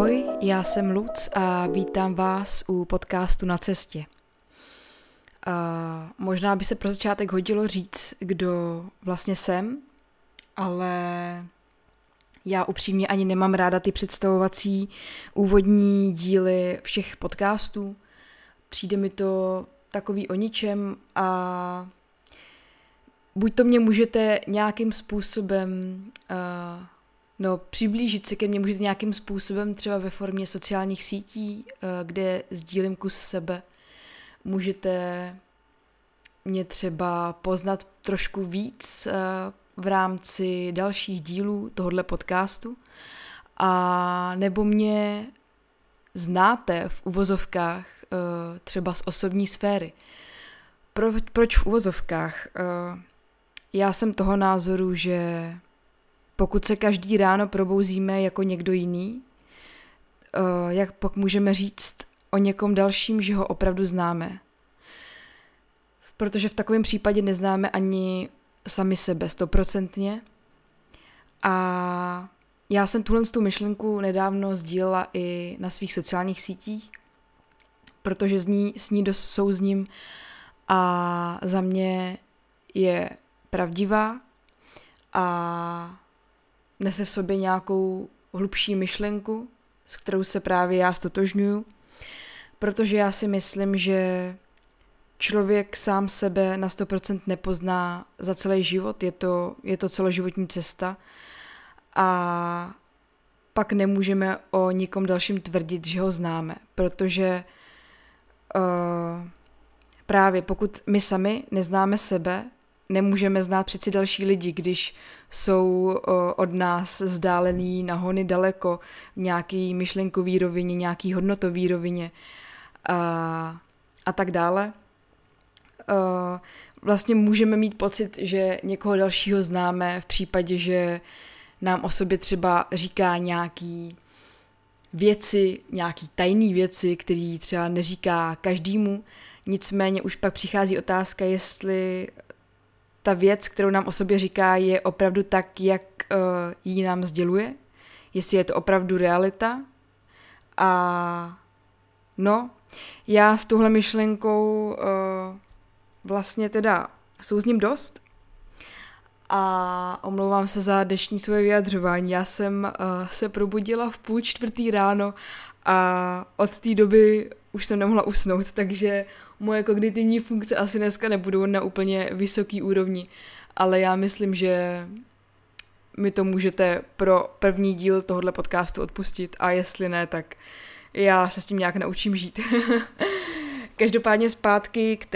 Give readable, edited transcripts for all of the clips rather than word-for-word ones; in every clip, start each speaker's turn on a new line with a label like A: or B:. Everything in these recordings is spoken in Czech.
A: Ahoj, já jsem Luc a vítám vás u podcastu Na cestě. Možná by se pro začátek hodilo říct, kdo vlastně jsem, ale já upřímně ani nemám ráda ty představovací úvodní díly všech podcastů. Přijde mi to takový o ničem a buď to mě můžete nějakým způsobem přiblížit se ke mně můžete nějakým způsobem třeba ve formě sociálních sítí, kde sdílím kus sebe. Můžete mě třeba poznat trošku víc v rámci dalších dílů tohoto podcastu a nebo mě znáte v uvozovkách třeba z osobní sféry. Proč v uvozovkách? Já jsem toho názoru, že pokud se každý ráno probouzíme jako někdo jiný, jak pak můžeme říct o někom dalším, že ho opravdu známe. Protože v takovém případě neznáme ani sami sebe 100%. A já jsem tuhle myšlenku nedávno sdílela i na svých sociálních sítích, protože s ní dost souzním a za mě je pravdivá a nese v sobě nějakou hlubší myšlenku, s kterou se právě já stotožňuju, protože já si myslím, že člověk sám sebe na 100% nepozná za celý život, je to celoživotní cesta a pak nemůžeme o nikom dalším tvrdit, že ho známe, protože právě pokud my sami neznáme sebe, nemůžeme znát přeci další lidi, když jsou od nás vzdálený na hony daleko v nějaký myšlenkový rovině, nějaký hodnotový rovině a tak dále. Vlastně můžeme mít pocit, že někoho dalšího známe v případě, že nám o sobě třeba říká nějaký věci, nějaký tajný věci, který třeba neříká každému. Nicméně už pak přichází otázka, jestli ta věc, kterou nám o sobě říká, je opravdu tak, jak ji nám sděluje, jestli je to opravdu realita. A já s touhle myšlenkou vlastně teda souzním dost a omlouvám se za dnešní svoje vyjadřování. Já jsem se probudila v 3:30 ráno a od té doby už jsem nemohla usnout, takže moje kognitivní funkce asi dneska nebudou na úplně vysoký úrovni, ale já myslím, že mi to můžete pro první díl tohoto podcastu odpustit a jestli ne, tak já se s tím nějak naučím žít. Každopádně zpátky k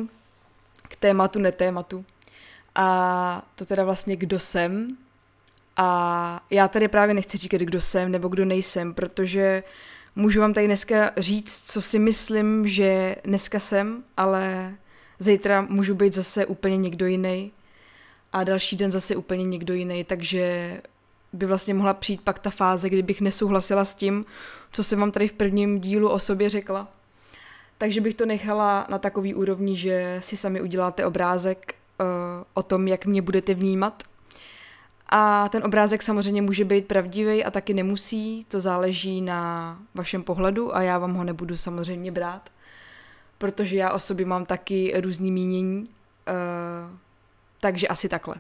A: tématu a to teda vlastně kdo jsem a já tady právě nechci říkat, kdo jsem nebo kdo nejsem, protože můžu vám tady dneska říct, co si myslím, že dneska jsem, ale zítra můžu být zase úplně někdo jiný a další den zase úplně někdo jiný, takže by vlastně mohla přijít pak ta fáze, kdybych nesouhlasila s tím, co jsem vám tady v prvním dílu o sobě řekla. Takže bych to nechala na takový úrovni, že si sami uděláte obrázek o tom, jak mě budete vnímat. A ten obrázek samozřejmě může být pravdivý a taky nemusí, to záleží na vašem pohledu a já vám ho nebudu samozřejmě brát, protože já o sobě mám taky různý mínění, takže asi takhle.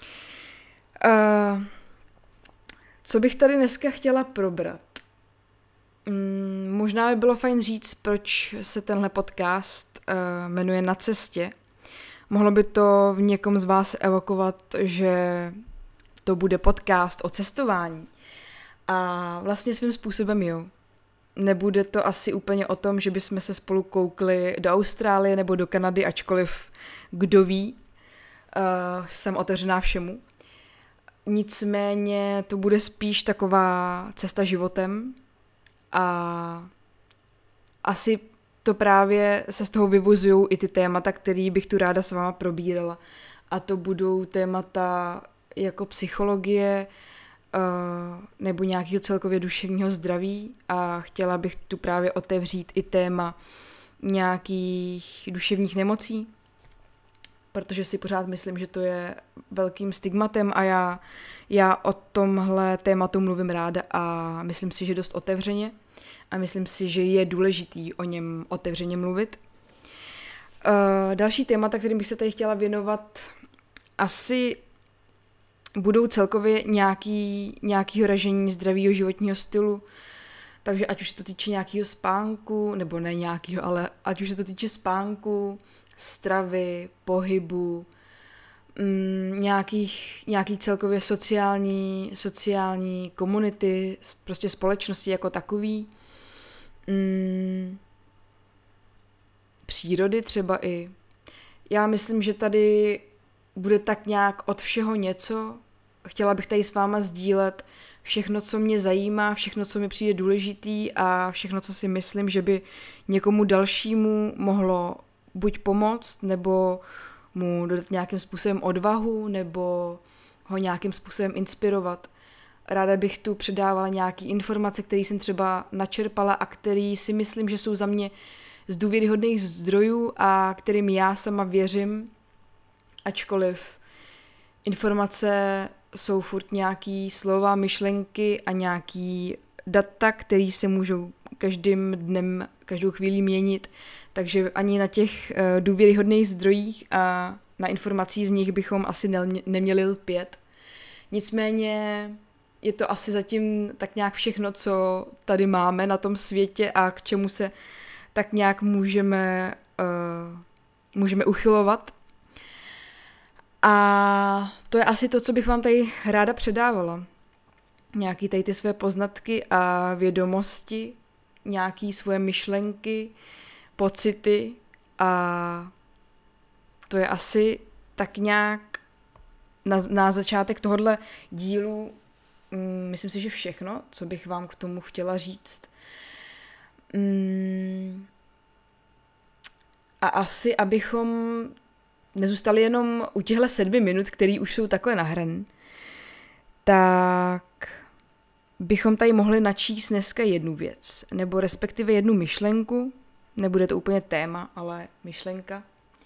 A: Co bych tady dneska chtěla probrat? Možná by bylo fajn říct, proč se tenhle podcast jmenuje Na cestě. Mohlo by to v někom z vás evokovat, že to bude podcast o cestování. A vlastně svým způsobem jo. Nebude to asi úplně o tom, že bychom se spolu koukli do Austrálie nebo do Kanady, ačkoliv kdo ví, jsem otevřená všemu. Nicméně to bude spíš taková cesta životem a asi to právě se z toho vyvozují i ty témata, které bych tu ráda s váma probírala. A to budou témata jako psychologie nebo nějakého celkově duševního zdraví a chtěla bych tu právě otevřít i téma nějakých duševních nemocí protože si pořád myslím, že to je velkým stigmatem a já o tomhle tématu mluvím ráda a myslím si, že dost otevřeně a myslím si, že je důležitý o něm otevřeně mluvit. Další témata, kterým bych se tady chtěla věnovat, asi budou celkově nějakýho ražení zdravého životního stylu, takže ať už se to týče nějakého spánku, nebo ne nějakého, ale ať už se to týče spánku, stravy, pohybu, nějaký celkově sociální komunity, prostě společnosti jako takový, přírody třeba i. Já myslím, že tady bude tak nějak od všeho něco. Chtěla bych tady s váma sdílet všechno, co mě zajímá, všechno, co mi přijde důležitý a všechno, co si myslím, že by někomu dalšímu mohlo buď pomoct, nebo mu dodat nějakým způsobem odvahu, nebo ho nějakým způsobem inspirovat. Ráda bych tu předávala nějaké informace, které jsem třeba načerpala a které si myslím, že jsou za mě z důvěryhodných zdrojů a kterým já sama věřím, ačkoliv informace jsou furt nějaký slova, myšlenky a nějaký data, které se můžou každým dnem, každou chvíli měnit, takže ani na těch důvěryhodných zdrojích a na informací z nich bychom asi neměli lpět. Nicméně je to asi zatím tak nějak všechno, co tady máme na tom světě a k čemu se tak nějak můžeme uchylovat. A to je asi to, co bych vám tady ráda předávala. Nějaký tady ty své poznatky a vědomosti, nějaký svoje myšlenky, pocity a to je asi tak nějak na začátek tohohle dílu, myslím si, že všechno, co bych vám k tomu chtěla říct. A asi, abychom nezůstali jenom u těchto 7 minut, který už jsou takhle nahraný, tak bychom tady mohli načíst dneska jednu věc, nebo respektive jednu myšlenku, nebude to úplně téma, ale myšlenka,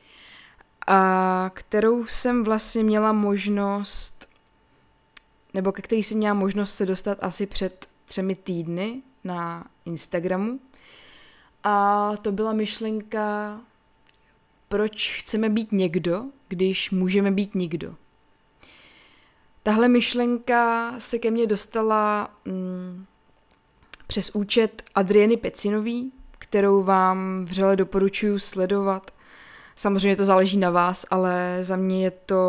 A: a kterou jsem vlastně měla možnost, nebo ke který jsem měla možnost se dostat asi před 3 týdny na Instagramu. A to byla myšlenka, proč chceme být někdo, když můžeme být nikdo. Tahle myšlenka se ke mně dostala přes účet Adrieny Pecinový, kterou vám vřele doporučuji sledovat. Samozřejmě to záleží na vás, ale za mě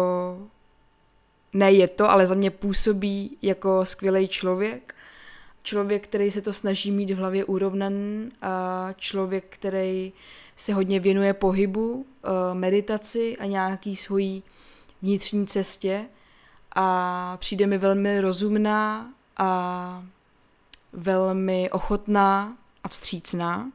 A: ale za mě působí jako skvělý člověk. Člověk, který se to snaží mít v hlavě urovnaný a člověk, který se hodně věnuje pohybu, meditaci a nějaký svojí vnitřní cestě a přijde mi velmi rozumná a velmi ochotná a vstřícná.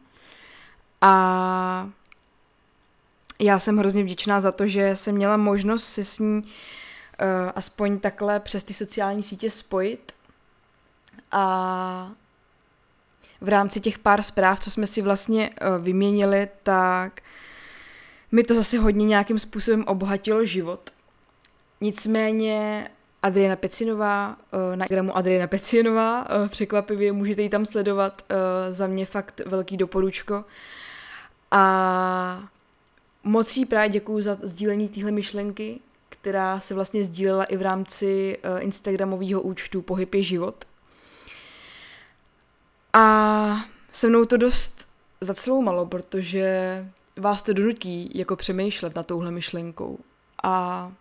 A: A já jsem hrozně vděčná za to, že jsem měla možnost se s ní aspoň takhle přes ty sociální sítě spojit. A v rámci těch pár zpráv, co jsme si vlastně vyměnili, tak mi to zase hodně nějakým způsobem obohatilo život. Nicméně Adriana Pecinová, na Instagramu Adriana Pecinová, překvapivě můžete ji tam sledovat, za mě fakt velký doporučko. A moc jí právě děkuju za sdílení téhle myšlenky, která se vlastně sdílela i v rámci instagramového účtu Pohyb je život. A se mnou to dost zacloumalo, protože vás to donutí jako přemýšlet nad touhle myšlenkou. A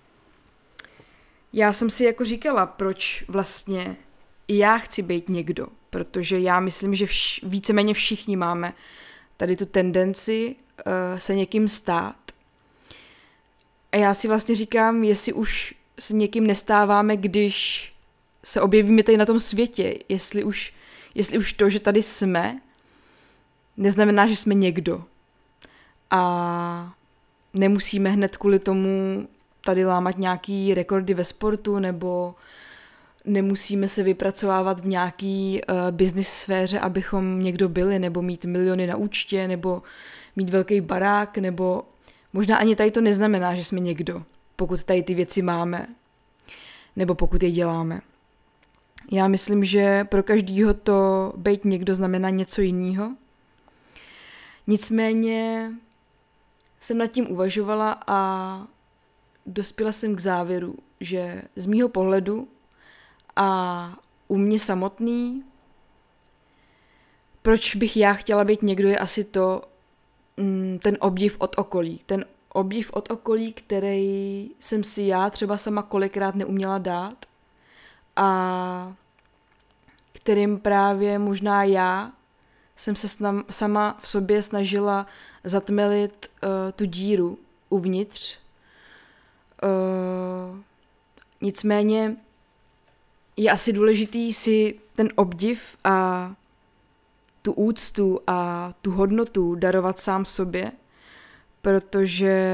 A: já jsem si jako říkala, proč vlastně i já chci být někdo, protože já myslím, že víceméně všichni máme tady tu tendenci se někým stát. A já si vlastně říkám, jestli už se někým nestáváme, když se objevíme tady na tom světě, jestli už to, že tady jsme, neznamená, že jsme někdo. A nemusíme hned kvůli tomu tady lámat nějaký rekordy ve sportu, nebo nemusíme se vypracovávat v nějaký business sféře, abychom někdo byli, nebo mít miliony na účtě, nebo mít velký barák, nebo Možná ani tady to neznamená, že jsme někdo, pokud tady ty věci máme, nebo pokud je děláme. Já myslím, že pro každýho to být někdo znamená něco jiného. Nicméně jsem nad tím uvažovala a dospěla jsem k závěru, že z mýho pohledu a u mě samotný, proč bych já chtěla být někdo, je asi ten obdiv od okolí. Ten obdiv od okolí, který jsem si já třeba sama kolikrát neuměla dát a kterým právě možná já jsem se sama v sobě snažila zatmelit tu díru uvnitř. Nicméně je asi důležitý si ten obdiv a tu úctu a tu hodnotu darovat sám sobě, protože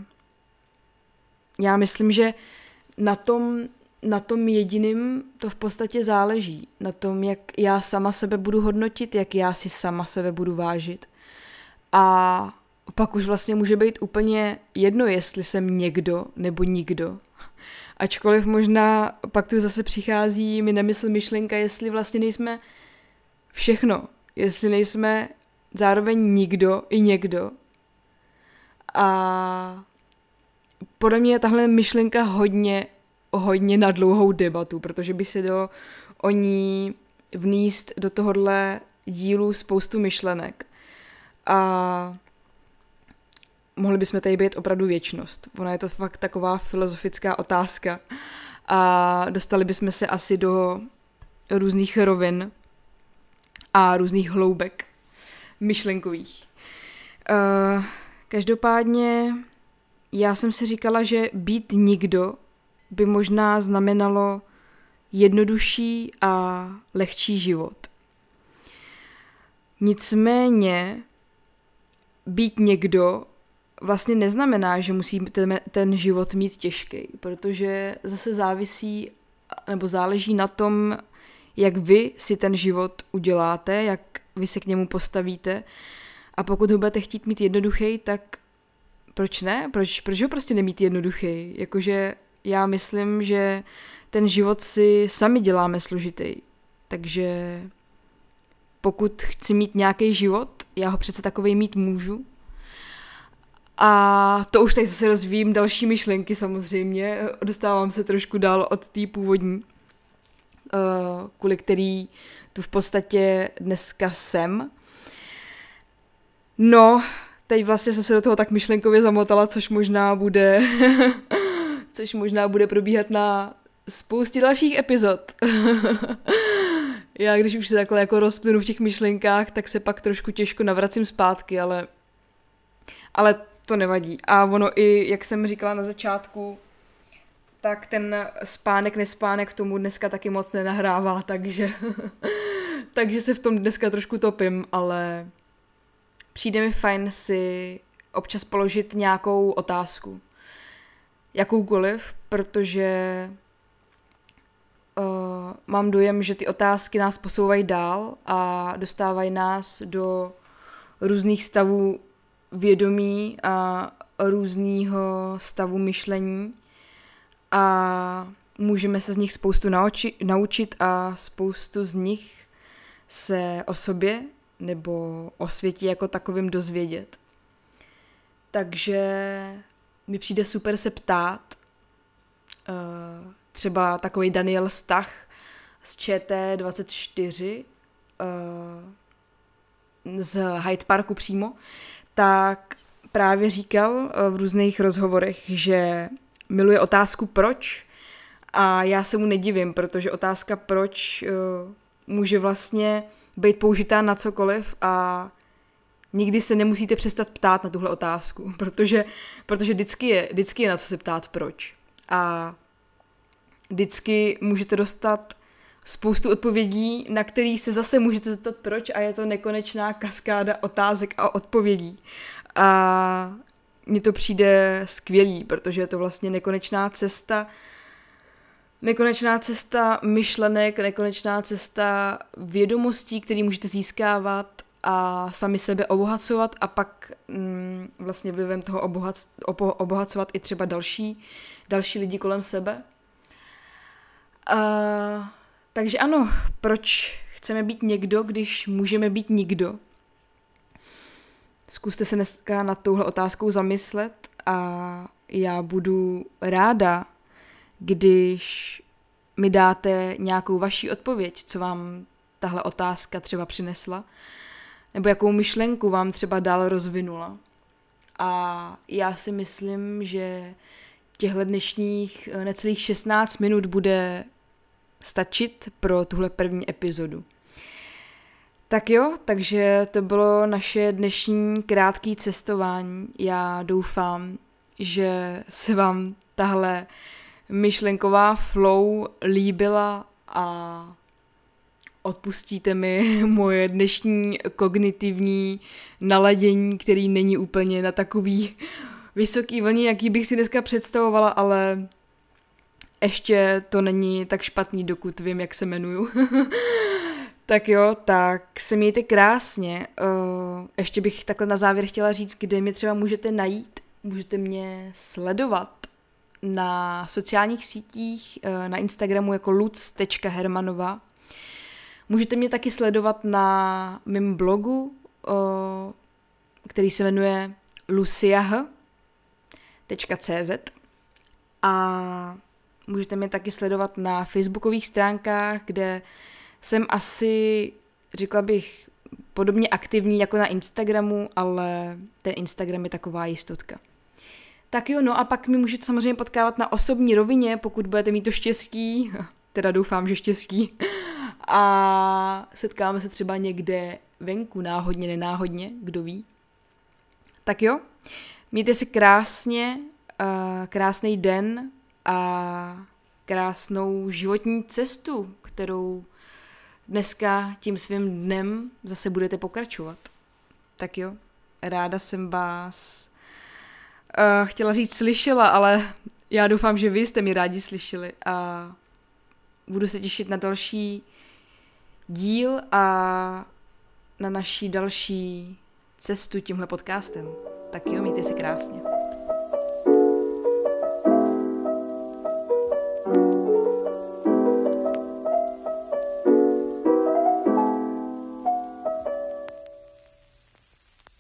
A: já myslím, že na tom jediným to v podstatě záleží. Na tom, jak já sama sebe budu hodnotit, jak já si sama sebe budu vážit. A pak už vlastně může být úplně jedno, jestli jsem někdo nebo nikdo. Ačkoliv možná pak tu zase přichází mi na mysl myšlenka, jestli vlastně nejsme všechno. Jestli nejsme zároveň nikdo i někdo. A podle mě je tahle myšlenka hodně na dlouhou debatu, protože by se dalo o ní vníst do tohohle dílu spoustu myšlenek. A mohli bychom tady být opravdu věčnost. Ona je to fakt taková filozofická otázka a dostali bychom se asi do různých rovin a různých hloubek myšlenkových. Každopádně já jsem si říkala, že být nikdo by možná znamenalo jednodušší a lehčí život. Nicméně být někdo vlastně neznamená, že musí ten život mít těžký, protože zase závisí nebo záleží na tom, jak vy si ten život uděláte, jak vy se k němu postavíte a pokud ho budete chtít mít jednoduchý, tak proč ne? Proč ho prostě nemít jednoduchý? Jakože já myslím, že ten život si sami děláme složitý. Takže pokud chci mít nějaký život, já ho přece takovej mít můžu. A to už teď zase rozvíjím další myšlenky samozřejmě. Dostávám se trošku dál od té původní, kvůli který tu v podstatě dneska jsem. No, teď vlastně jsem se do toho tak myšlenkově zamotala, což možná bude probíhat na spoustě dalších epizod. Já když už se takhle jako rozplynu v těch myšlenkách, tak se pak trošku těžko navracím zpátky, ale to nevadí. A ono i, jak jsem říkala na začátku, tak ten spánek, nespánek tomu dneska taky moc nenahrává, takže se v tom dneska trošku topím, ale přijde mi fajn si občas položit nějakou otázku. Jakoukoliv, protože mám dojem, že ty otázky nás posouvají dál a dostávají nás do různých stavů vědomí a různého stavu myšlení a můžeme se z nich spoustu naučit a spoustu z nich se o sobě nebo o světě jako takovým dozvědět. Takže mi přijde super se ptát, třeba takový Daniel Stach z ČT24 z Hyde Parku přímo, tak právě říkal v různých rozhovorech, že miluje otázku proč a já se mu nedivím, protože otázka proč může vlastně být použitá na cokoliv a nikdy se nemusíte přestat ptát na tuhle otázku, protože vždycky je na co se ptát proč. A vždycky můžete dostat spoustu odpovědí, na který se zase můžete zeptat proč a je to nekonečná kaskáda otázek a odpovědí. A mně to přijde skvělý, protože je to vlastně nekonečná cesta myšlenek, nekonečná cesta vědomostí, které můžete získávat a sami sebe obohacovat a pak vlastně vlivem toho obohacovat i třeba další lidi kolem sebe. Takže ano, proč chceme být někdo, když můžeme být nikdo? Zkuste se dneska nad touhle otázkou zamyslet a já budu ráda, když mi dáte nějakou vaši odpověď, co vám tahle otázka třeba přinesla, nebo jakou myšlenku vám třeba dál rozvinula. A já si myslím, že těchto dnešních necelých 16 minut bude stačit pro tuhle první epizodu. Tak jo, takže to bylo naše dnešní krátké cestování. Já doufám, že se vám tahle myšlenková flow líbila a odpustíte mi moje dnešní kognitivní naladění, který není úplně na takový vysoký vlně, jaký bych si dneska představovala, ale ještě to není tak špatný, dokud vím, jak se jmenuju. Tak jo, tak se mějte krásně. Ještě bych takhle na závěr chtěla říct, kde mě třeba můžete najít. Můžete mě sledovat na sociálních sítích, na Instagramu jako lutz.hermanova. Můžete mě taky sledovat na mém blogu, který se jmenuje luciah.cz a můžete mě taky sledovat na facebookových stránkách, kde jsem asi, řekla bych, podobně aktivní jako na Instagramu, ale ten Instagram je taková jistotka. Tak jo, no a pak mi můžete samozřejmě potkávat na osobní rovině, pokud budete mít to štěstí, teda doufám, že štěstí, a setkáme se třeba někde venku, náhodně, nenáhodně, kdo ví. Tak jo, mějte si krásně, krásný den a krásnou životní cestu, kterou dneska tím svým dnem zase budete pokračovat. Tak jo, ráda jsem vás chtěla říct slyšela, ale já doufám, že vy jste mi rádi slyšeli a budu se těšit na další díl a na naší další cestu tímhle podcastem. Tak jo, mějte se krásně.